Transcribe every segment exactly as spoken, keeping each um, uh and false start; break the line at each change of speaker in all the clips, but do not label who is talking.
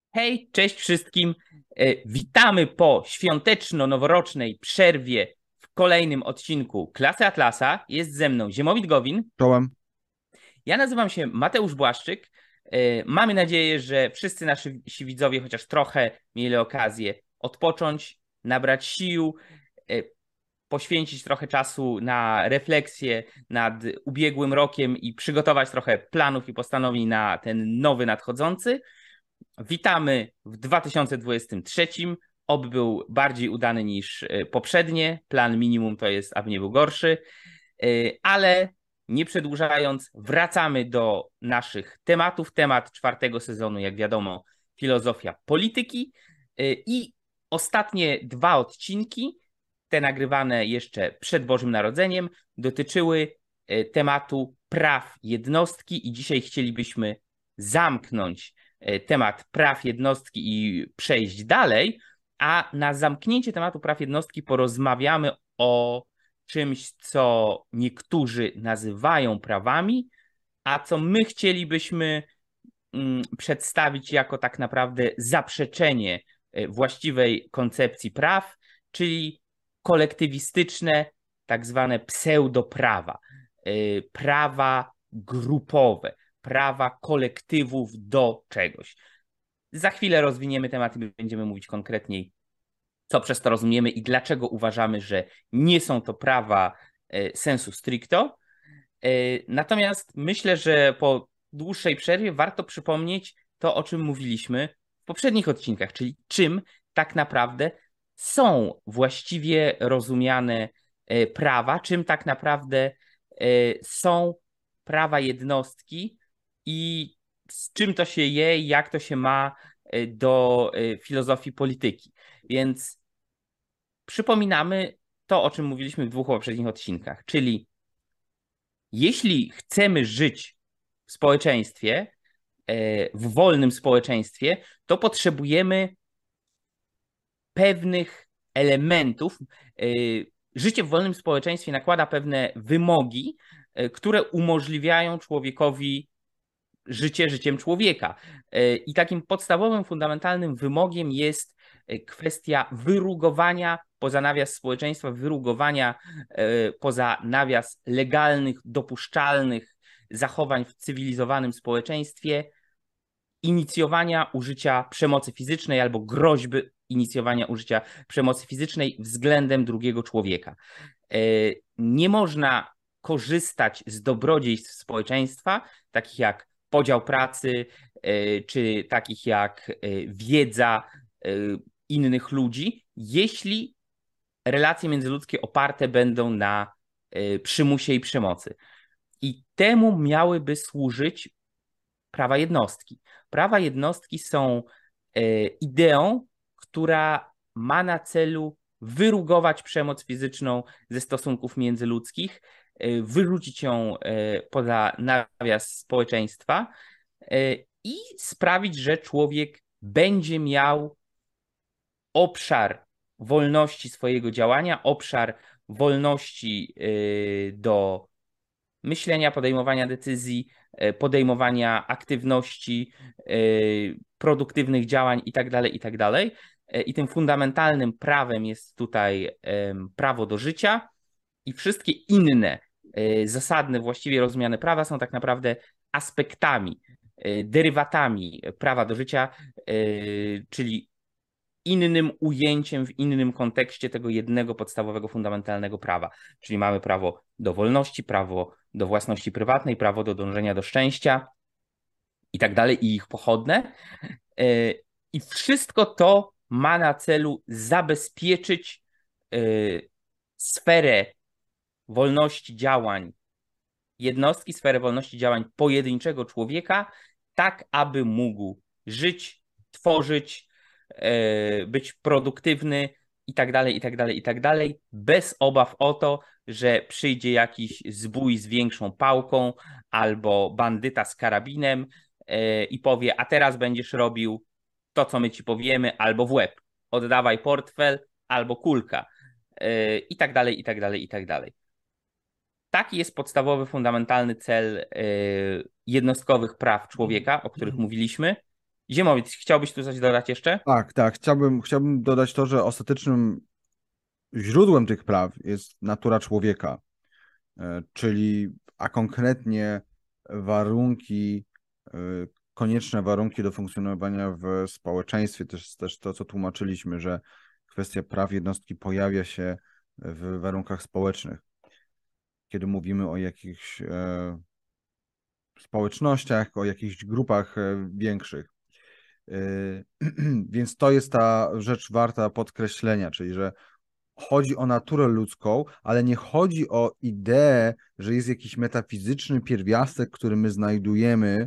Hej, cześć wszystkim. E, Witamy po świąteczno-noworocznej przerwie w kolejnym odcinku Klasy Atlasa. Jest ze mną Ziemowit Gowin.
Czołem.
Ja nazywam się Mateusz Błaszczyk. E, Mamy nadzieję, że wszyscy nasi widzowie chociaż trochę mieli okazję odpocząć, nabrać sił, e, poświęcić trochę czasu na refleksję nad ubiegłym rokiem i przygotować trochę planów i postanowień na ten nowy nadchodzący. Witamy w dwa tysiące dwudziestym trzecim. Oby był bardziej udany niż poprzednie. Plan minimum to jest, aby nie był gorszy. Ale nie przedłużając, wracamy do naszych tematów. Temat czwartego sezonu, jak wiadomo, filozofia polityki. I ostatnie dwa odcinki, te nagrywane jeszcze przed Bożym Narodzeniem, dotyczyły tematu praw jednostki i dzisiaj chcielibyśmy zamknąć temat praw jednostki i przejść dalej, a na zamknięcie tematu praw jednostki porozmawiamy o czymś, co niektórzy nazywają prawami, a co my chcielibyśmy mm, przedstawić jako tak naprawdę zaprzeczenie właściwej koncepcji praw, czyli kolektywistyczne, tak zwane pseudoprawa, prawa grupowe, prawa kolektywów do czegoś. Za chwilę rozwiniemy temat i będziemy mówić konkretniej, co przez to rozumiemy i dlaczego uważamy, że nie są to prawa sensu stricto. Natomiast myślę, że po dłuższej przerwie warto przypomnieć to, o czym mówiliśmy w poprzednich odcinkach, czyli czym tak naprawdę są właściwie rozumiane prawa, czym tak naprawdę są prawa jednostki i z czym to się je, jak to się ma do filozofii polityki. Więc przypominamy to, o czym mówiliśmy w dwóch poprzednich odcinkach, czyli jeśli chcemy żyć w społeczeństwie, w wolnym społeczeństwie, to potrzebujemy pewnych elementów. Życie w wolnym społeczeństwie nakłada pewne wymogi, które umożliwiają człowiekowi życie życiem człowieka. I takim podstawowym, fundamentalnym wymogiem jest kwestia wyrugowania poza nawias społeczeństwa, wyrugowania poza nawias legalnych, dopuszczalnych zachowań w cywilizowanym społeczeństwie, inicjowania użycia przemocy fizycznej albo groźby inicjowania użycia przemocy fizycznej względem drugiego człowieka. Nie można korzystać z dobrodziejstw społeczeństwa, takich jak podział pracy, czy takich jak wiedza innych ludzi, jeśli relacje międzyludzkie oparte będą na przymusie i przemocy. I temu miałyby służyć prawa jednostki. Prawa jednostki są ideą, która ma na celu wyrugować przemoc fizyczną ze stosunków międzyludzkich, wyrzucić ją poza nawias społeczeństwa i sprawić, że człowiek będzie miał obszar wolności swojego działania, obszar wolności do myślenia, podejmowania decyzji, podejmowania aktywności, produktywnych działań itd., itd. I tym fundamentalnym prawem jest tutaj prawo do życia i wszystkie inne zasadne, właściwie rozumiane prawa są tak naprawdę aspektami, derywatami prawa do życia, czyli innym ujęciem, w innym kontekście tego jednego podstawowego, fundamentalnego prawa. Czyli mamy prawo do wolności, prawo do własności prywatnej, prawo do dążenia do szczęścia i tak dalej, i ich pochodne. I wszystko to ma na celu zabezpieczyć sferę wolności działań jednostki, sferę wolności działań pojedynczego człowieka, tak aby mógł żyć, tworzyć, być produktywny i tak dalej, i tak dalej, i tak dalej, bez obaw o to, że przyjdzie jakiś zbój z większą pałką albo bandyta z karabinem i powie, a teraz będziesz robił to, co my ci powiemy, albo w łeb. Oddawaj portfel, albo kulka. I tak dalej, i tak dalej, i tak dalej. Taki jest podstawowy, fundamentalny cel jednostkowych praw człowieka, o których mówiliśmy. Ziemowit, chciałbyś tu coś dodać jeszcze?
Tak, tak. Chciałbym, chciałbym dodać to, że ostatecznym źródłem tych praw jest natura człowieka, e, czyli, a konkretnie warunki, e, konieczne warunki do funkcjonowania w społeczeństwie. To jest też to, co tłumaczyliśmy, że kwestia praw jednostki pojawia się w warunkach społecznych. Kiedy mówimy o jakichś e, społecznościach, o jakichś grupach e, większych. E, Więc to jest ta rzecz warta podkreślenia, czyli że chodzi o naturę ludzką, ale nie chodzi o ideę, że jest jakiś metafizyczny pierwiastek, który my znajdujemy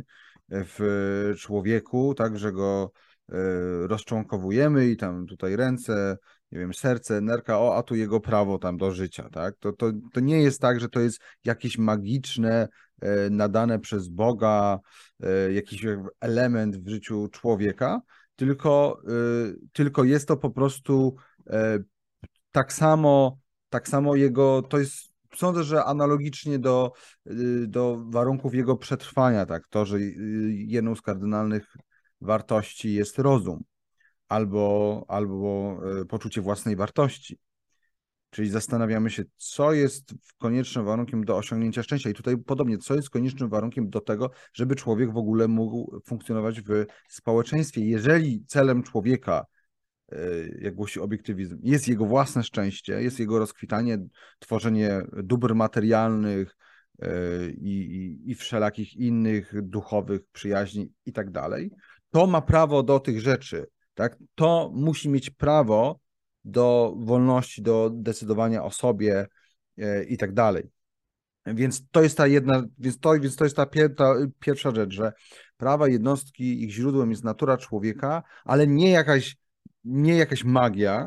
w człowieku, tak, że go e, rozczłonkowujemy i tam tutaj ręce, nie wiem, serce, nerka, o, a tu jego prawo tam do życia, tak? To, to, to nie jest tak, że to jest jakieś magiczne, e, nadane przez Boga, e, jakiś element w życiu człowieka, tylko, e, tylko jest to po prostu e, tak samo, tak samo jego, to jest, sądzę, że analogicznie do, y, do warunków jego przetrwania, tak, to, że y, jedną z kardynalnych wartości jest rozum albo, albo y, poczucie własnej wartości. Czyli zastanawiamy się, co jest koniecznym warunkiem do osiągnięcia szczęścia. I tutaj podobnie, co jest koniecznym warunkiem do tego, żeby człowiek w ogóle mógł funkcjonować w społeczeństwie. Jeżeli celem człowieka, jak głosi obiektywizm, jest jego własne szczęście, jest jego rozkwitanie, tworzenie dóbr materialnych i, i, i wszelakich innych duchowych przyjaźni i tak dalej, to ma prawo do tych rzeczy, tak? To musi mieć prawo do wolności, do decydowania o sobie i tak dalej. Więc to jest ta jedna, więc to, więc to jest ta, pier, ta pierwsza rzecz, że prawa jednostki, ich źródłem jest natura człowieka, ale nie jakaś nie jakaś magia.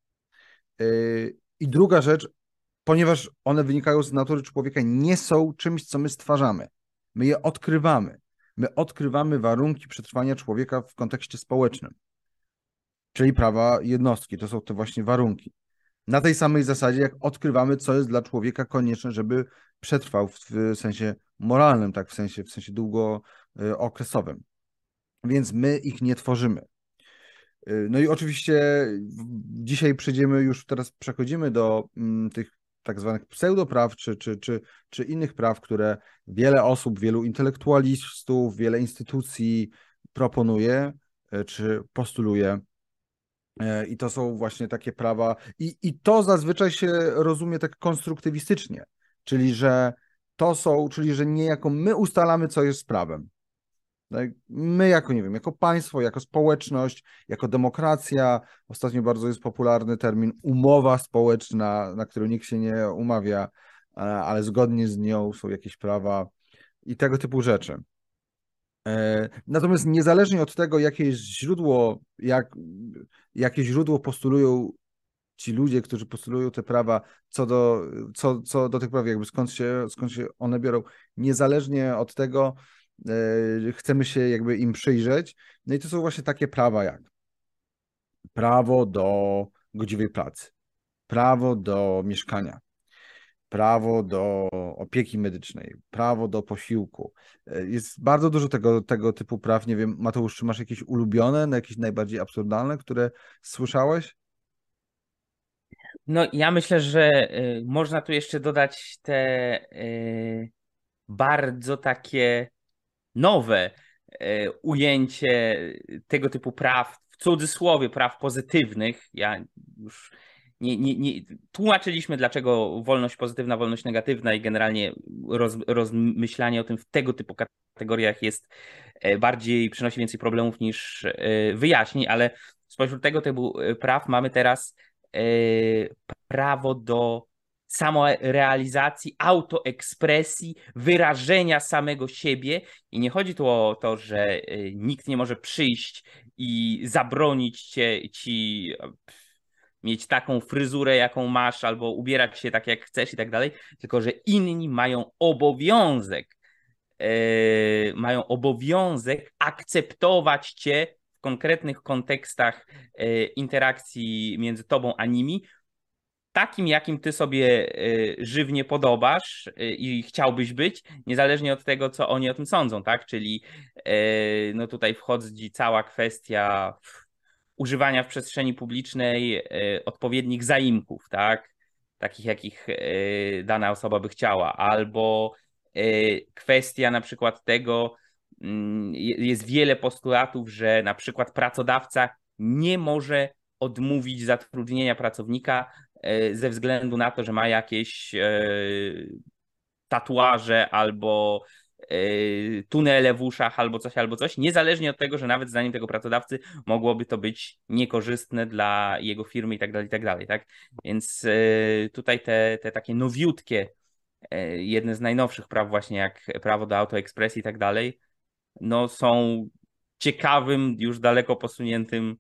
Yy, I druga rzecz, ponieważ one wynikają z natury człowieka, nie są czymś, co my stwarzamy. My je odkrywamy. My odkrywamy warunki przetrwania człowieka w kontekście społecznym, czyli prawa jednostki. To są te właśnie warunki. Na tej samej zasadzie, jak odkrywamy, co jest dla człowieka konieczne, żeby przetrwał w, w sensie moralnym, tak, w sensie, w sensie długookresowym. Więc my ich nie tworzymy. No i oczywiście dzisiaj przejdziemy, już teraz przechodzimy do mm, tych tak zwanych pseudopraw, czy, czy, czy, czy innych praw, które wiele osób, wielu intelektualistów, wiele instytucji proponuje, e, czy postuluje. E, I to są właśnie takie prawa, i, i to zazwyczaj się rozumie tak konstruktywistycznie, czyli że to są, czyli że niejako my ustalamy, co jest prawem. My jako, nie wiem, jako państwo, jako społeczność, jako demokracja, ostatnio bardzo jest popularny termin umowa społeczna, na którą nikt się nie umawia, ale zgodnie z nią są jakieś prawa i tego typu rzeczy. Natomiast niezależnie od tego, jakie jest źródło, jak, jakie źródło postulują ci ludzie, którzy postulują te prawa, co do, co, co do tych praw, jakby skąd się, skąd się one biorą, niezależnie od tego, chcemy się jakby im przyjrzeć. No i to są właśnie takie prawa jak prawo do godziwej pracy, prawo do mieszkania, prawo do opieki medycznej, prawo do posiłku. Jest bardzo dużo tego, tego typu praw. Nie wiem, Mateusz, czy masz jakieś ulubione, no jakieś najbardziej absurdalne, które słyszałeś?
No, ja myślę, że y, można tu jeszcze dodać te y, bardzo takie nowe y, ujęcie tego typu praw, w cudzysłowie praw pozytywnych. Ja już nie, nie, nie tłumaczyliśmy, dlaczego wolność pozytywna, wolność negatywna i generalnie roz, rozmyślanie o tym w tego typu kategoriach jest y, bardziej, przynosi więcej problemów niż y, wyjaśni, ale spośród tego typu y, praw mamy teraz y, prawo do samorealizacji, autoekspresji, wyrażenia samego siebie. I nie chodzi tu o to, że y, nikt nie może przyjść i zabronić cię, ci mieć taką fryzurę, jaką masz, albo ubierać się tak, jak chcesz i tak dalej, tylko że inni mają obowiązek, yy, mają obowiązek akceptować cię w konkretnych kontekstach yy, interakcji między tobą a nimi takim, jakim ty sobie y, żywnie podobasz y, i chciałbyś być, niezależnie od tego, co oni o tym sądzą, tak? Czyli y, no tutaj wchodzi cała kwestia używania w przestrzeni publicznej y, odpowiednich zaimków, tak? Takich, jakich y, dana osoba by chciała, albo y, kwestia na przykład tego, mm, jest wiele postulatów, że na przykład pracodawca nie może odmówić zatrudnienia pracownika e, ze względu na to, że ma jakieś e, tatuaże albo e, tunele w uszach albo coś, albo coś, niezależnie od tego, że nawet zdaniem tego pracodawcy mogłoby to być niekorzystne dla jego firmy i tak dalej, i tak dalej, tak? Więc e, tutaj te, te takie nowiutkie, e, jedne z najnowszych praw właśnie jak prawo do autoekspresji i tak dalej, no są ciekawym, już daleko posuniętym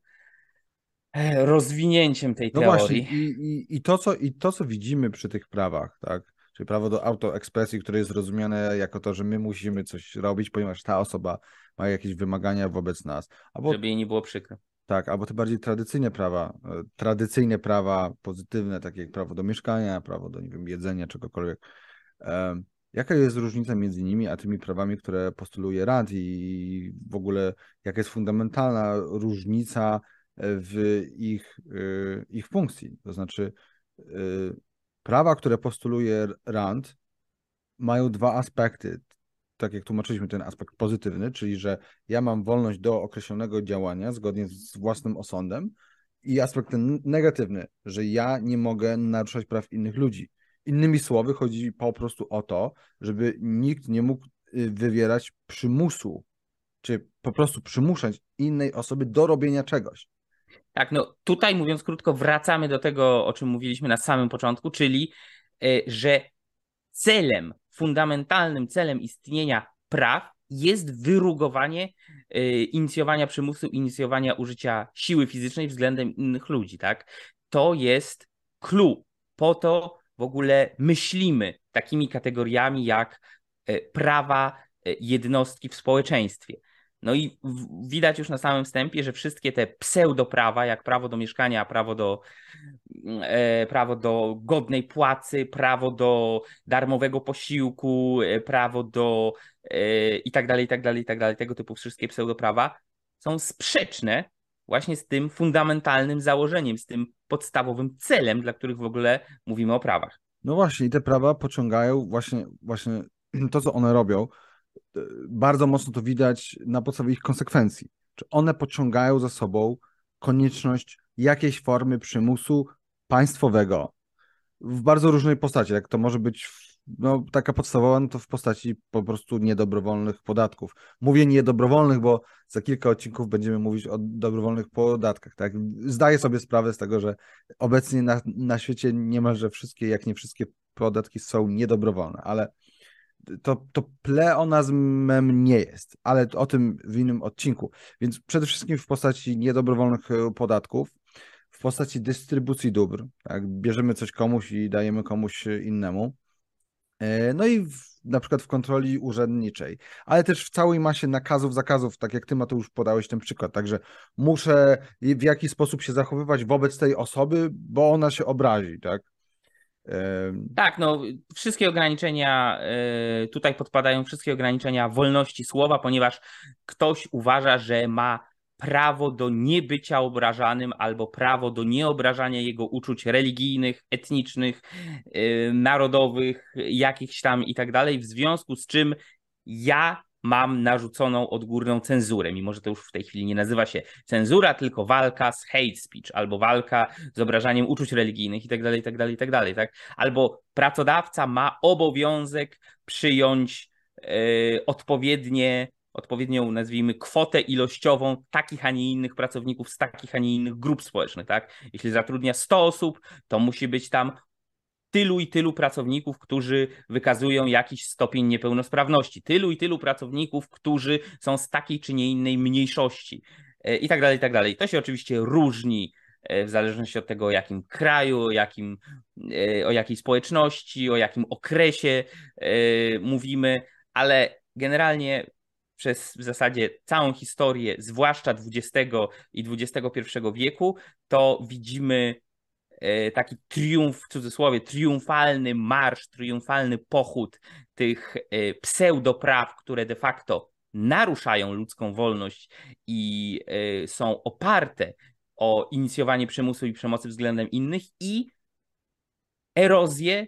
rozwinięciem tej
No właśnie,
teorii.
i, i, i, to, co, i to, co widzimy przy tych prawach, tak? Czyli prawo do autoekspresji, które jest rozumiane jako to, że my musimy coś robić, ponieważ ta osoba ma jakieś wymagania wobec nas. Albo
Żeby jej nie było przykro.
tak, albo te bardziej tradycyjne prawa, e, tradycyjne prawa pozytywne, takie jak prawo do mieszkania, prawo do, nie wiem, jedzenia, czegokolwiek. E, Jaka jest różnica między nimi a tymi prawami, które postuluje Rand i w ogóle jaka jest fundamentalna różnica w ich, e, ich funkcji? To znaczy, e, prawa, które postuluje Rand, mają dwa aspekty. Tak jak tłumaczyliśmy, ten aspekt pozytywny, czyli że ja mam wolność do określonego działania zgodnie z własnym osądem, i aspekt ten negatywny, że ja nie mogę naruszać praw innych ludzi. Innymi słowy, chodzi po prostu o to, żeby nikt nie mógł y, wywierać przymusu, czy po prostu przymuszać innej osoby do robienia czegoś.
Tak, no tutaj mówiąc krótko, wracamy do tego, o czym mówiliśmy na samym początku, czyli y, że celem, fundamentalnym celem istnienia praw jest wyrugowanie y, inicjowania przymusu, inicjowania użycia siły fizycznej względem innych ludzi, tak? To jest clue. Po to w ogóle myślimy takimi kategoriami jak y, prawa y, jednostki w społeczeństwie. No i w, widać już na samym wstępie, że wszystkie te pseudoprawa, jak prawo do mieszkania, prawo do, e, prawo do godnej płacy, prawo do darmowego posiłku, e, prawo do e, i tak dalej, i tak dalej, i tak dalej, tego typu wszystkie pseudoprawa są sprzeczne właśnie z tym fundamentalnym założeniem, z tym podstawowym celem, dla których w ogóle mówimy o prawach.
No właśnie, i te prawa pociągają właśnie, właśnie to, co one robią, bardzo mocno to widać na podstawie ich konsekwencji. Czy one pociągają za sobą konieczność jakiejś formy przymusu państwowego w bardzo różnej postaci. Jak to może być no, taka podstawowa, no to w postaci po prostu niedobrowolnych podatków. Mówię niedobrowolnych, bo za kilka odcinków będziemy mówić o dobrowolnych podatkach. Tak? Zdaję sobie sprawę z tego, że obecnie na, na świecie niemalże wszystkie, jak nie wszystkie podatki są niedobrowolne, ale to, to pleonazmem nie jest, ale o tym w innym odcinku. Więc przede wszystkim w postaci niedobrowolnych podatków, w postaci dystrybucji dóbr. Tak? Bierzemy coś komuś i dajemy komuś innemu. No i w, na przykład w kontroli urzędniczej, ale też w całej masie nakazów, zakazów, tak jak ty, Mateusz, podałeś ten przykład. Także muszę w jakiś sposób się zachowywać wobec tej osoby, bo ona się obrazi, tak?
Tak, no wszystkie ograniczenia, y, tutaj podpadają wszystkie ograniczenia wolności słowa, ponieważ ktoś uważa, że ma prawo do niebycia obrażanym albo prawo do nieobrażania jego uczuć religijnych, etnicznych, y, narodowych, jakichś tam i tak dalej, w związku z czym ja mam narzuconą odgórną cenzurę, mimo że to już w tej chwili nie nazywa się cenzura, tylko walka z hate speech, albo walka z obrażaniem uczuć religijnych i tak dalej, i tak dalej, i tak dalej, tak? Albo pracodawca ma obowiązek przyjąć yy, odpowiednie, odpowiednią, nazwijmy, kwotę ilościową takich, a nie innych pracowników z takich, a nie innych grup społecznych, tak? Jeśli zatrudnia sto osób, to musi być tam tylu i tylu pracowników, którzy wykazują jakiś stopień niepełnosprawności, tylu i tylu pracowników, którzy są z takiej czy nie innej mniejszości i tak dalej, i tak dalej. To się oczywiście różni w zależności od tego, o jakim kraju, o, jakim, o jakiej społeczności, o jakim okresie mówimy, ale generalnie przez w zasadzie całą historię, zwłaszcza dwudziestego i dwudziestego pierwszego wieku, to widzimy taki triumf, w cudzysłowie, triumfalny marsz, triumfalny pochód tych pseudopraw, które de facto naruszają ludzką wolność i są oparte o inicjowanie przymusu i przemocy względem innych i erozję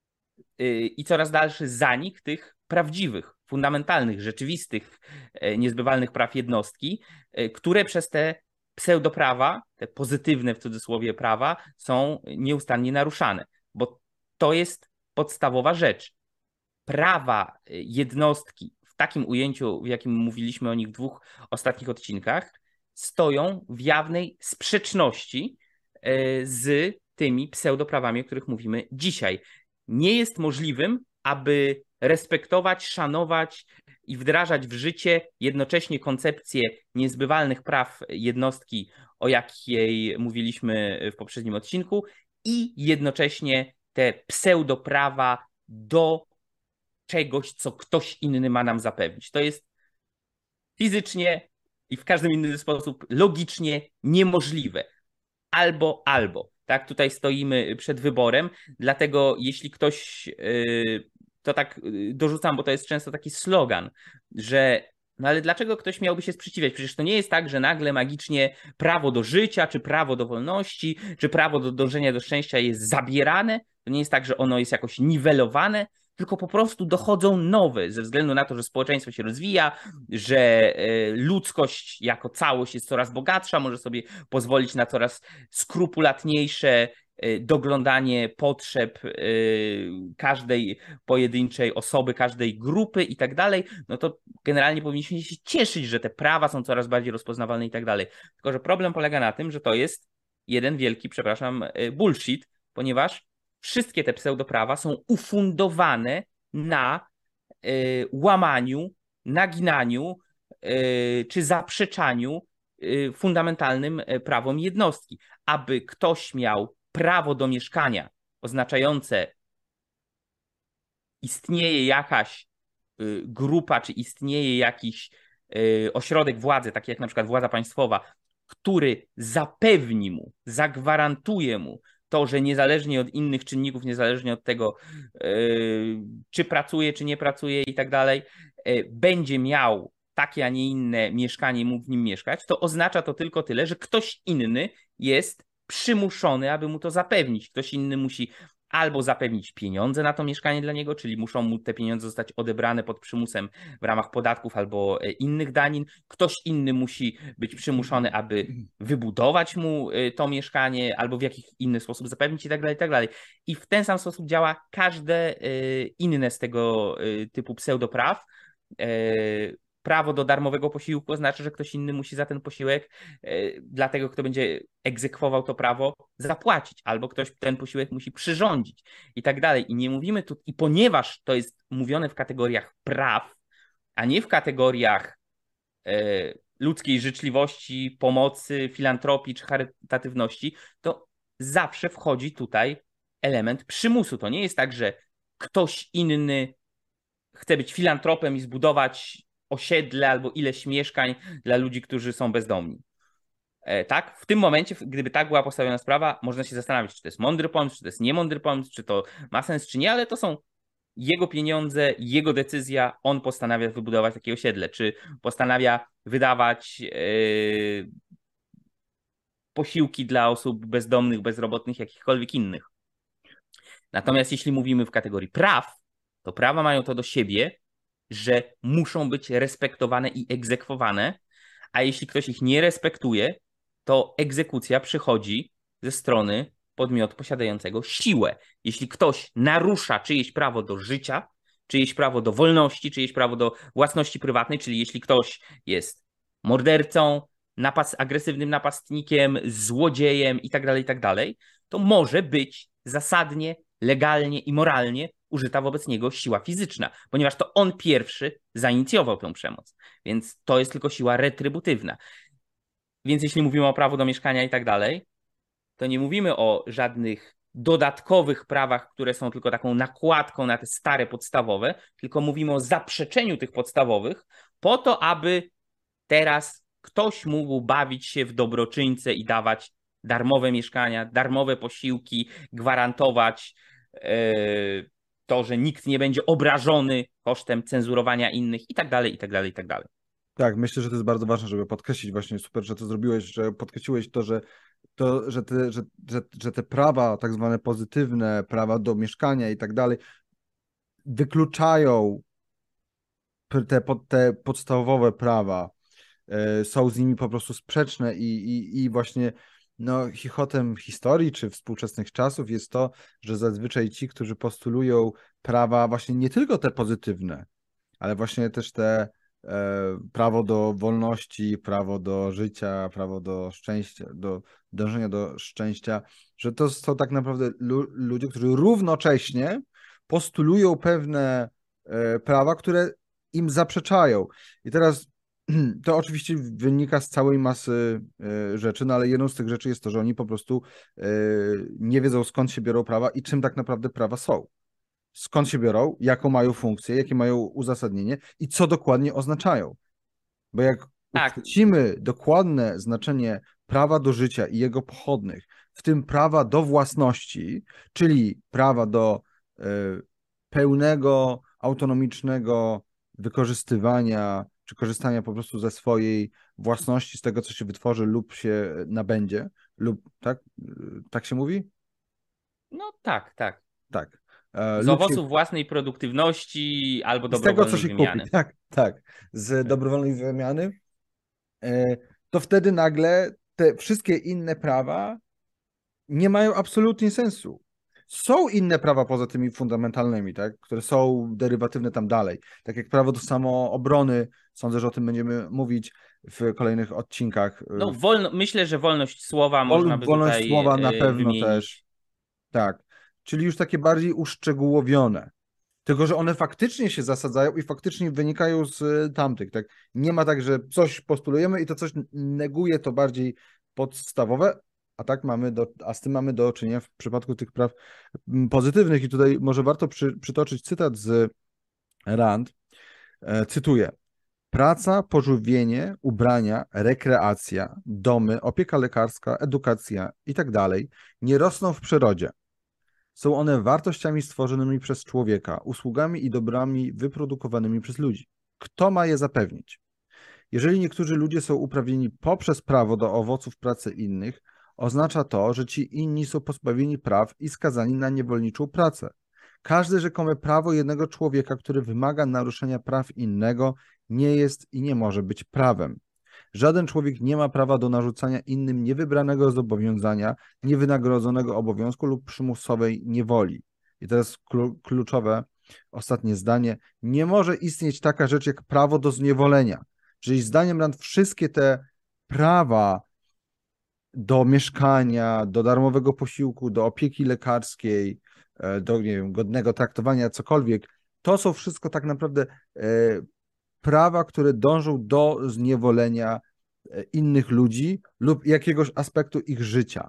i coraz dalszy zanik tych prawdziwych, fundamentalnych, rzeczywistych, niezbywalnych praw jednostki, które przez te pseudoprawa, te pozytywne w cudzysłowie prawa są nieustannie naruszane, bo to jest podstawowa rzecz. Prawa jednostki w takim ujęciu, w jakim mówiliśmy o nich w dwóch ostatnich odcinkach, stoją w jawnej sprzeczności z tymi pseudoprawami, o których mówimy dzisiaj. Nie jest możliwym, aby respektować, szanować i wdrażać w życie jednocześnie koncepcję niezbywalnych praw jednostki, o jakiej mówiliśmy w poprzednim odcinku, i jednocześnie te pseudoprawa do czegoś, co ktoś inny ma nam zapewnić. To jest fizycznie i w każdym inny sposób logicznie niemożliwe. Albo, albo. Tak, tutaj stoimy przed wyborem, dlatego jeśli ktoś, to tak dorzucam, bo to jest często taki slogan, że no ale dlaczego ktoś miałby się sprzeciwiać? Przecież to nie jest tak, że nagle magicznie prawo do życia, czy prawo do wolności, czy prawo do dążenia do szczęścia jest zabierane. To nie jest tak, że ono jest jakoś niwelowane, tylko po prostu dochodzą nowe, ze względu na to, że społeczeństwo się rozwija, że ludzkość jako całość jest coraz bogatsza, może sobie pozwolić na coraz skrupulatniejsze doglądanie potrzeb każdej pojedynczej osoby, każdej grupy i tak dalej, no to generalnie powinniśmy się cieszyć, że te prawa są coraz bardziej rozpoznawalne i tak dalej. Tylko że problem polega na tym, że to jest jeden wielki, przepraszam, bullshit, ponieważ wszystkie te pseudoprawa są ufundowane na y, łamaniu, naginaniu y, czy zaprzeczaniu y, fundamentalnym prawom jednostki. Aby ktoś miał prawo do mieszkania oznaczające istnieje jakaś y, grupa, czy istnieje jakiś y, ośrodek władzy, taki jak na przykład władza państwowa, który zapewni mu, zagwarantuje mu to, że niezależnie od innych czynników, niezależnie od tego, yy, czy pracuje, czy nie pracuje i tak dalej, yy, będzie miał takie, a nie inne mieszkanie i mógł w nim mieszkać, to oznacza to tylko tyle, że ktoś inny jest przymuszony, aby mu to zapewnić. Ktoś inny musi albo zapewnić pieniądze na to mieszkanie dla niego, czyli muszą mu te pieniądze zostać odebrane pod przymusem w ramach podatków albo innych danin. Ktoś inny musi być przymuszony, aby wybudować mu to mieszkanie albo w jakiś inny sposób zapewnić i tak dalej, i tak dalej. I w ten sam sposób działa każde inne z tego typu pseudopraw. Prawo do darmowego posiłku oznacza, że ktoś inny musi za ten posiłek dla tego, kto będzie egzekwował to prawo, zapłacić, albo ktoś ten posiłek musi przyrządzić i tak dalej. I nie mówimy tu, i ponieważ to jest mówione w kategoriach praw, a nie w kategoriach e, ludzkiej życzliwości, pomocy, filantropii czy charytatywności, to zawsze wchodzi tutaj element przymusu. To nie jest tak, że ktoś inny chce być filantropem i zbudować osiedle albo ileś mieszkań dla ludzi, którzy są bezdomni. E, tak? W tym momencie, gdyby tak była postawiona sprawa, można się zastanawiać, czy to jest mądry pomysł, czy to jest niemądry pomysł, czy to ma sens, czy nie, ale to są jego pieniądze, jego decyzja, on postanawia wybudować takie osiedle, czy postanawia wydawać yy, posiłki dla osób bezdomnych, bezrobotnych, jakichkolwiek innych. Natomiast jeśli mówimy w kategorii praw, to prawa mają to do siebie, że muszą być respektowane i egzekwowane, a jeśli ktoś ich nie respektuje, to egzekucja przychodzi ze strony podmiotu posiadającego siłę. Jeśli ktoś narusza czyjeś prawo do życia, czyjeś prawo do wolności, czyjeś prawo do własności prywatnej, czyli jeśli ktoś jest mordercą, napas- agresywnym napastnikiem, złodziejem itd., itd., to może być zasadnie, legalnie i moralnie użyta wobec niego siła fizyczna, ponieważ to on pierwszy zainicjował tę przemoc. Więc to jest tylko siła retrybutywna. Więc jeśli mówimy o prawo do mieszkania i tak dalej, to nie mówimy o żadnych dodatkowych prawach, które są tylko taką nakładką na te stare podstawowe, tylko mówimy o zaprzeczeniu tych podstawowych po to, aby teraz ktoś mógł bawić się w dobroczyńcę i dawać darmowe mieszkania, darmowe posiłki, gwarantować yy, to, że nikt nie będzie obrażony kosztem cenzurowania innych i tak dalej, i tak dalej, i tak dalej.
Tak, myślę, że to jest bardzo ważne, żeby podkreślić właśnie, super, że to zrobiłeś, że podkreśliłeś to, że, to, że, te, że, że, że te prawa, tak zwane pozytywne, prawa do mieszkania i tak dalej, wykluczają te, te podstawowe prawa, są z nimi po prostu sprzeczne i, i, i właśnie no, chichotem historii czy współczesnych czasów jest to, że zazwyczaj ci, którzy postulują prawa właśnie nie tylko te pozytywne, ale właśnie też te e, prawo do wolności, prawo do życia, prawo do szczęścia, do dążenia do szczęścia, że to są tak naprawdę lu ludzie, którzy równocześnie postulują pewne e, prawa, które im zaprzeczają. I teraz to oczywiście wynika z całej masy e, rzeczy, no ale jedną z tych rzeczy jest to, że oni po prostu e, nie wiedzą, skąd się biorą prawa i czym tak naprawdę prawa są. Skąd się biorą, jaką mają funkcję, jakie mają uzasadnienie i co dokładnie oznaczają. Bo jak
Tak,
uchwycimy dokładne znaczenie prawa do życia i jego pochodnych, w tym prawa do własności, czyli prawa do e, pełnego, autonomicznego wykorzystywania czy korzystania po prostu ze swojej własności, z tego, co się wytworzy lub się nabędzie, lub tak, tak się mówi?
no tak, tak.
Tak. E,
Z
lub się
owoców własnej produktywności albo
z tego, co
dobrowolnej
się
wymiany.
kupi, tak, tak, z dobrowolnej wymiany, e, to wtedy nagle te wszystkie inne prawa nie mają absolutnie sensu. Są inne prawa poza tymi fundamentalnymi, tak, które są derywatywne tam dalej, tak jak prawo do samoobrony, sądzę, że o tym będziemy mówić w kolejnych odcinkach.
No, wolno, myślę, że wolność słowa można
Wol,
by
wolność
tutaj
słowa na
e,
pewno też,
wymienić.
tak, czyli już takie bardziej uszczegółowione. Tylko że one faktycznie się zasadzają i faktycznie wynikają z y, tamtych. Tak? Nie ma tak, że coś postulujemy i to coś neguje to bardziej podstawowe, a tak mamy do, a z tym mamy do czynienia w przypadku tych praw mm, pozytywnych. I tutaj może warto przy, przytoczyć cytat z Rand. E, cytuję. Praca, pożywienie, ubrania, rekreacja, domy, opieka lekarska, edukacja i tak dalej nie rosną w przyrodzie. Są one wartościami stworzonymi przez człowieka, usługami i dobrami wyprodukowanymi przez ludzi. Kto ma je zapewnić? Jeżeli niektórzy ludzie są uprawnieni poprzez prawo do owoców pracy innych, oznacza to, że ci inni są pozbawieni praw i skazani na niewolniczą pracę. Każde rzekome prawo jednego człowieka, który wymaga naruszenia praw innego, nie jest i nie może być prawem. Żaden człowiek nie ma prawa do narzucania innym niewybranego zobowiązania, niewynagrodzonego obowiązku lub przymusowej niewoli. I teraz kluczowe, ostatnie zdanie. Nie może istnieć taka rzecz jak prawo do zniewolenia. Czyli zdaniem Rand wszystkie te prawa do mieszkania, do darmowego posiłku, do opieki lekarskiej, do nie wiem, godnego traktowania, cokolwiek, to są wszystko tak naprawdę e, prawa, które dążą do zniewolenia innych ludzi lub jakiegoś aspektu ich życia.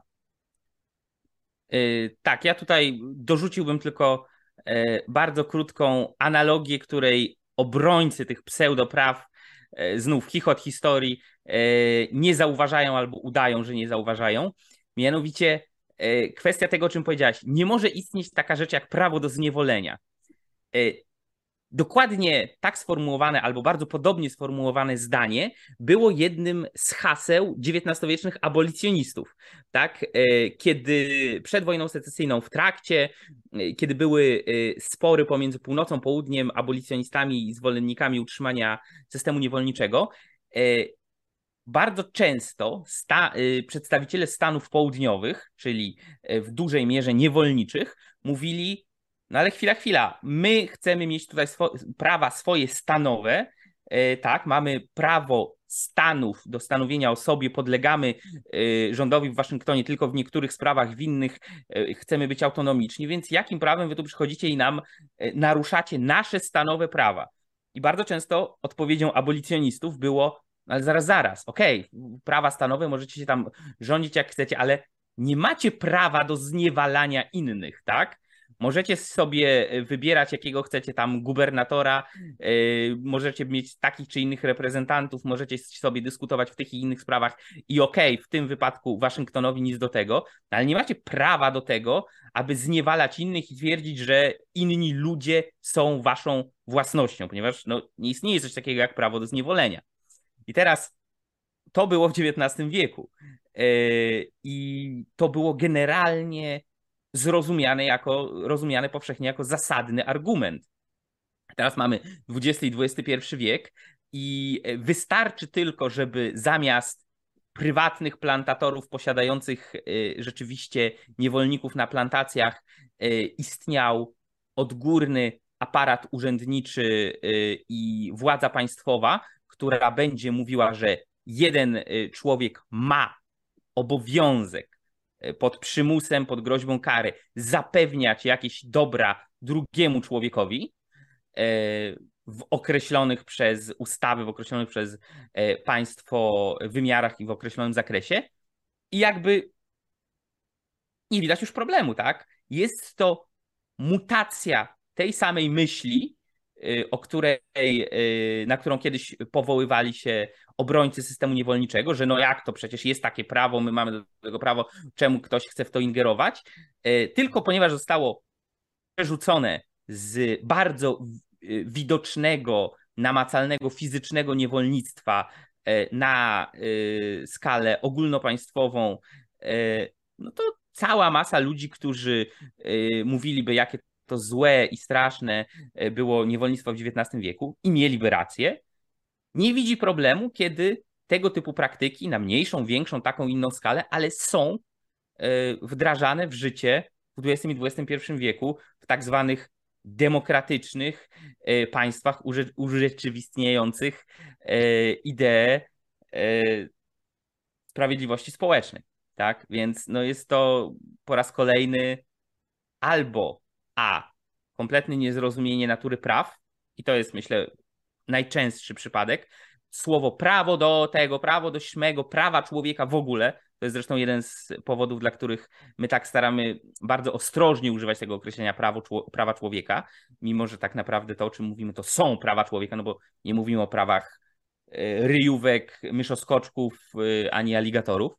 Yy, tak, ja tutaj dorzuciłbym tylko yy, bardzo krótką analogię, której obrońcy tych pseudopraw, yy, znów chichot historii, yy, nie zauważają albo udają, że nie zauważają. Mianowicie yy, kwestia tego, o czym powiedziałaś. Nie może istnieć taka rzecz jak prawo do zniewolenia. Yy, Dokładnie tak sformułowane albo bardzo podobnie sformułowane zdanie było jednym z haseł dziewiętnastowiecznych abolicjonistów. Tak? Kiedy przed wojną secesyjną, w trakcie, kiedy były spory pomiędzy północą, południem, abolicjonistami i zwolennikami utrzymania systemu niewolniczego, bardzo często sta przedstawiciele Stanów Południowych, czyli w dużej mierze niewolniczych, mówili: no ale chwila, chwila, my chcemy mieć tutaj swo prawa swoje stanowe, yy, tak, mamy prawo stanów do stanowienia o sobie, podlegamy yy, rządowi w Waszyngtonie tylko w niektórych sprawach, w innych yy, chcemy być autonomiczni, więc jakim prawem wy tu przychodzicie i nam yy, naruszacie nasze stanowe prawa? I bardzo często odpowiedzią abolicjonistów było: ale zaraz, zaraz, okej, okay, prawa stanowe, możecie się tam rządzić jak chcecie, ale nie macie prawa do zniewalania innych, tak? Możecie sobie wybierać, jakiego chcecie tam gubernatora, yy, możecie mieć takich czy innych reprezentantów, możecie sobie dyskutować w tych i innych sprawach i okej, okay, w tym wypadku Waszyngtonowi nic do tego, ale nie macie prawa do tego, aby zniewalać innych i twierdzić, że inni ludzie są waszą własnością, ponieważ no, nie istnieje coś takiego jak prawo do zniewolenia. I teraz to było w dziewiętnastym wieku yy, i to było generalnie zrozumiane jako, rozumiane powszechnie jako zasadny argument. Teraz mamy dwudziesty i dwudziesty pierwszy wiek i wystarczy tylko, żeby zamiast prywatnych plantatorów posiadających y, rzeczywiście niewolników na plantacjach y, istniał odgórny aparat urzędniczy y, i władza państwowa, która będzie mówiła, że jeden y, człowiek ma obowiązek pod przymusem, pod groźbą kary zapewniać jakieś dobra drugiemu człowiekowi w określonych przez ustawy, w określonych przez państwo wymiarach i w określonym zakresie i jakby nie widać już problemu, tak? Jest to mutacja tej samej myśli, o której, na którą kiedyś powoływali się obrońcy systemu niewolniczego, że no jak to, przecież jest takie prawo, my mamy do tego prawo, czemu ktoś chce w to ingerować, tylko ponieważ zostało przerzucone z bardzo widocznego, namacalnego, fizycznego niewolnictwa na skalę ogólnopaństwową, no to cała masa ludzi, którzy mówiliby, jakie to złe i straszne było niewolnictwo w dziewiętnastym wieku i mieliby rację, nie widzi problemu, kiedy tego typu praktyki na mniejszą, większą, taką inną skalę, ale są wdrażane w życie w dwudziestym i dwudziestym pierwszym wieku w tak zwanych demokratycznych państwach urzeczywistniających ideę sprawiedliwości społecznej. Tak? Więc no jest to po raz kolejny albo a kompletne niezrozumienie natury praw i to jest, myślę, najczęstszy przypadek. Słowo prawo do tego, prawo do śmego, prawa człowieka w ogóle. To jest zresztą jeden z powodów, dla których my tak staramy bardzo ostrożnie używać tego określenia prawo, prawa człowieka, mimo że tak naprawdę to, o czym mówimy, to są prawa człowieka, no bo nie mówimy o prawach ryjówek, myszoskoczków ani aligatorów.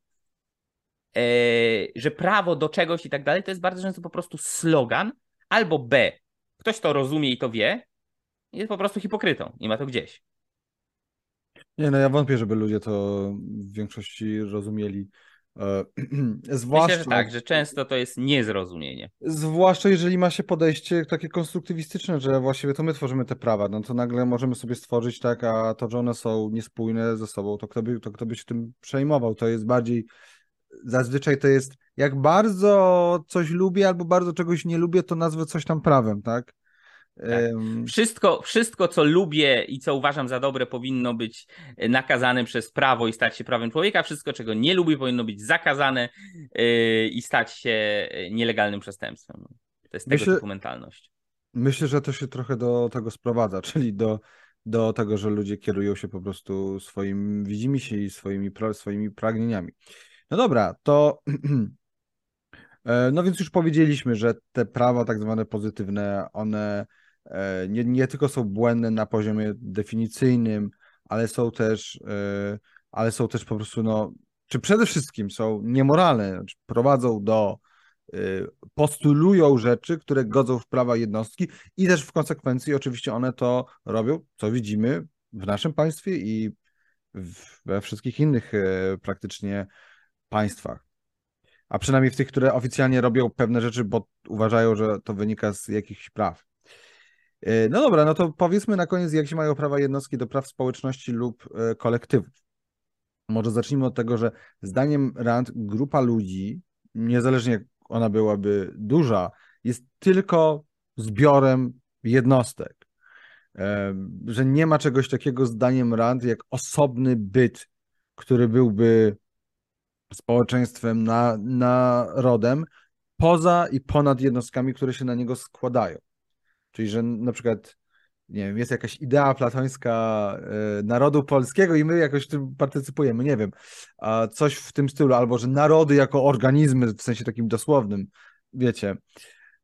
Że prawo do czegoś i tak dalej, to jest bardzo często po prostu slogan, albo B, ktoś to rozumie i to wie, jest po prostu hipokrytą i ma to gdzieś.
Nie, no ja wątpię, żeby ludzie to w większości rozumieli. E, zwłaszcza,
Myślę, że tak, że często to jest niezrozumienie.
Zwłaszcza jeżeli ma się podejście takie konstruktywistyczne, że właściwie to my tworzymy te prawa, no to nagle możemy sobie stworzyć tak, a to, że one są niespójne ze sobą, to kto by, to kto by się tym przejmował? To jest bardziej, zazwyczaj to jest, jak bardzo coś lubię albo bardzo czegoś nie lubię, to nazwę coś tam prawem, tak?
Tak. Wszystko, wszystko, co lubię i co uważam za dobre, powinno być nakazane przez prawo i stać się prawem człowieka. Wszystko, czego nie lubię, powinno być zakazane yy, i stać się nielegalnym przestępstwem. To jest
myślę,
tego typu mentalność.
Myślę, że to się trochę do tego sprowadza, czyli do, do tego, że ludzie kierują się po prostu swoim widzimisię i swoimi, swoimi pragnieniami. No dobra, to no więc już powiedzieliśmy, że te prawa tak zwane pozytywne, one nie, nie tylko są błędne na poziomie definicyjnym, ale są też, ale są też po prostu, no, czy przede wszystkim są niemoralne, prowadzą do, postulują rzeczy, które godzą w prawa jednostki i też w konsekwencji oczywiście one to robią, co widzimy w naszym państwie i we wszystkich innych praktycznie państwach. A przynajmniej w tych, które oficjalnie robią pewne rzeczy, bo uważają, że to wynika z jakichś praw. No dobra, no to powiedzmy na koniec, jak się mają prawa jednostki do praw społeczności lub kolektywów. Może zacznijmy od tego, że zdaniem Rand grupa ludzi, niezależnie jak ona byłaby duża, jest tylko zbiorem jednostek. Że nie ma czegoś takiego zdaniem Rand jak osobny byt, który byłby społeczeństwem, na, narodem, poza i ponad jednostkami, które się na niego składają. Czyli, że na przykład, nie wiem, jest jakaś idea platońska y, narodu polskiego i my jakoś w tym partycypujemy, nie wiem, a coś w tym stylu, albo że narody jako organizmy w sensie takim dosłownym, wiecie,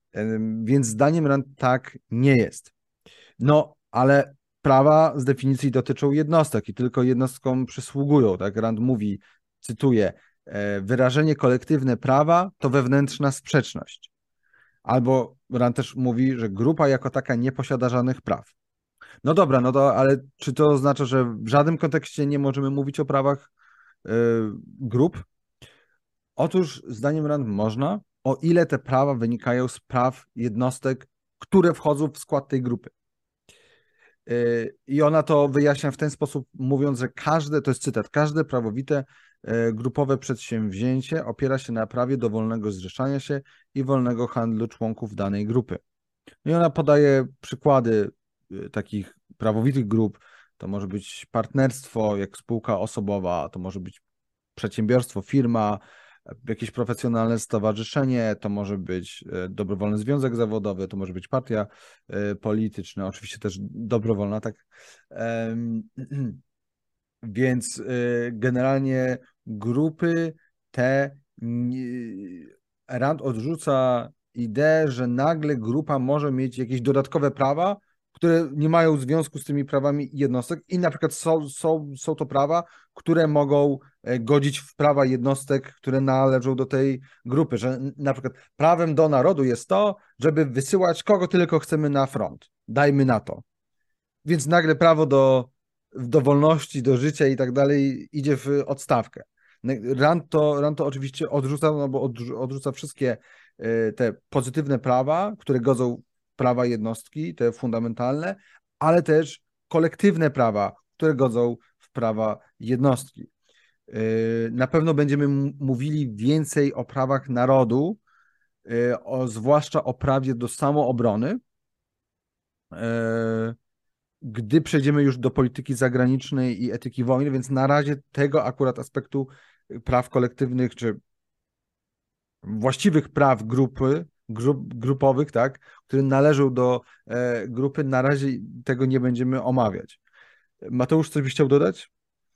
Więc zdaniem Rand tak nie jest. No, ale prawa z definicji dotyczą jednostek i tylko jednostkom przysługują. Tak Rand mówi, cytuję, wyrażenie kolektywne prawa to wewnętrzna sprzeczność. Albo Rand też mówi, że grupa jako taka nie posiada żadnych praw. No dobra, no to, ale czy to oznacza, że w żadnym kontekście nie możemy mówić o prawach y, grup? Otóż zdaniem Rand można, o ile te prawa wynikają z praw jednostek, które wchodzą w skład tej grupy. Y, I ona to wyjaśnia w ten sposób, mówiąc, że każde, to jest cytat, każde prawowite y, grupowe przedsięwzięcie opiera się na prawie do wolnego zrzeszania się i wolnego handlu członków danej grupy. I ona podaje przykłady takich prawowitych grup. To może być partnerstwo, jak spółka osobowa, to może być przedsiębiorstwo, firma, jakieś profesjonalne stowarzyszenie, to może być dobrowolny związek zawodowy, to może być partia polityczna, oczywiście też dobrowolna, tak. Więc generalnie grupy te Rand odrzuca ideę, że nagle grupa może mieć jakieś dodatkowe prawa, które nie mają związku z tymi prawami jednostek i na przykład są, są, są to prawa, które mogą godzić w prawa jednostek, które należą do tej grupy, że na przykład prawem do narodu jest to, żeby wysyłać kogo tylko chcemy na front. Dajmy na to. Więc nagle prawo do, do wolności, do życia i tak dalej idzie w odstawkę. Rand to, Rand to oczywiście odrzuca, no bo odrzuca wszystkie te pozytywne prawa, które godzą w prawa jednostki, te fundamentalne, ale też kolektywne prawa, które godzą w prawa jednostki. Na pewno będziemy mówili więcej o prawach narodu, o, zwłaszcza o prawie do samoobrony, gdy przejdziemy już do polityki zagranicznej i etyki wojny, więc na razie tego akurat aspektu praw kolektywnych, czy właściwych praw grupy, grup, grupowych, tak, które należą do e, grupy, na razie tego nie będziemy omawiać. Mateusz, coś byś chciał dodać?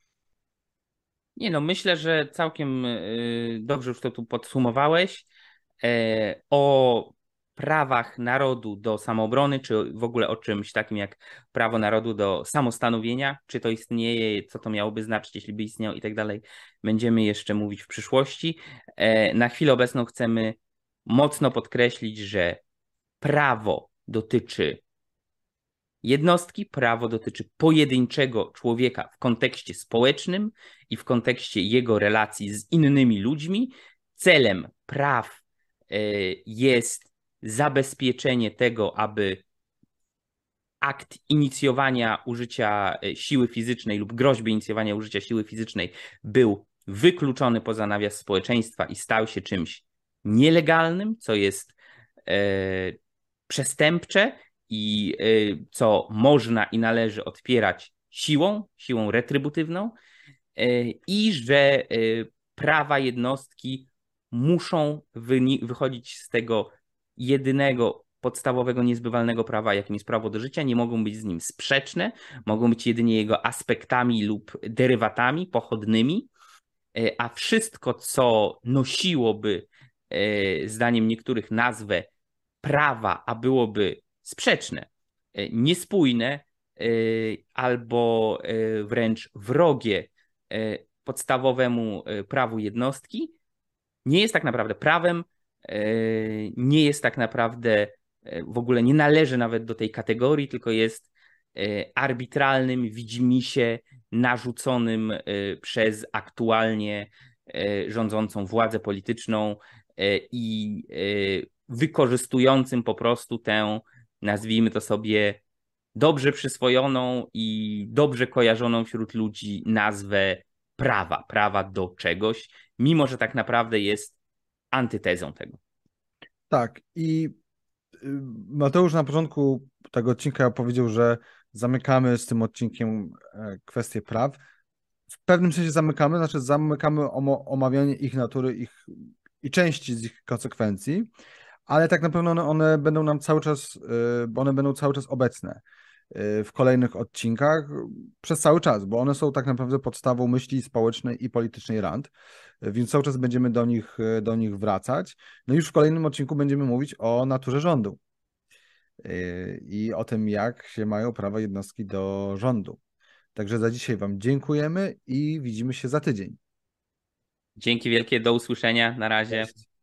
Nie no, myślę, że całkiem y, dobrze już to tu podsumowałeś. E, o prawach narodu do samoobrony, czy w ogóle o czymś takim jak prawo narodu do samostanowienia, czy to istnieje, co to miałoby znaczyć, jeśli by istniało i tak dalej, będziemy jeszcze mówić w przyszłości. E, na chwilę obecną chcemy mocno podkreślić, że prawo dotyczy jednostki, prawo dotyczy pojedynczego człowieka w kontekście społecznym i w kontekście jego relacji z innymi ludźmi. Celem praw jest zabezpieczenie tego, aby akt inicjowania użycia siły fizycznej lub groźby inicjowania użycia siły fizycznej był wykluczony poza nawias społeczeństwa i stał się czymś nielegalnym, co jest e, przestępcze i e, co można i należy odpierać siłą, siłą retrybutywną e, i że e, prawa jednostki muszą wychodzić z tego jedynego, podstawowego, niezbywalnego prawa, jakim jest prawo do życia, nie mogą być z nim sprzeczne, mogą być jedynie jego aspektami lub derywatami pochodnymi, a wszystko, co nosiłoby, zdaniem niektórych, nazwę prawa, a byłoby sprzeczne, niespójne albo wręcz wrogie podstawowemu prawu jednostki, nie jest tak naprawdę prawem, nie jest tak naprawdę, w ogóle nie należy nawet do tej kategorii, tylko jest arbitralnym widzimisię narzuconym przez aktualnie rządzącą władzę polityczną i wykorzystującym po prostu tę, nazwijmy to sobie, dobrze przyswojoną i dobrze kojarzoną wśród ludzi nazwę prawa, prawa do czegoś, mimo że tak naprawdę jest antytezą tego.
Tak, i Mateusz na początku tego odcinka powiedział, że zamykamy z tym odcinkiem kwestię praw. W pewnym sensie zamykamy, znaczy zamykamy omawianie ich natury ich, i części z ich konsekwencji, ale tak na pewno one, one będą nam cały czas, one będą cały czas obecne. w kolejnych odcinkach przez cały czas, bo one są tak naprawdę podstawą myśli społecznej i politycznej rand, więc cały czas będziemy do nich, do nich wracać. No i już w kolejnym odcinku będziemy mówić o naturze rządu i o tym, jak się mają prawa jednostki do rządu. Także za dzisiaj Wam dziękujemy i widzimy się za tydzień.
Dzięki wielkie, do usłyszenia, na razie.
Cześć.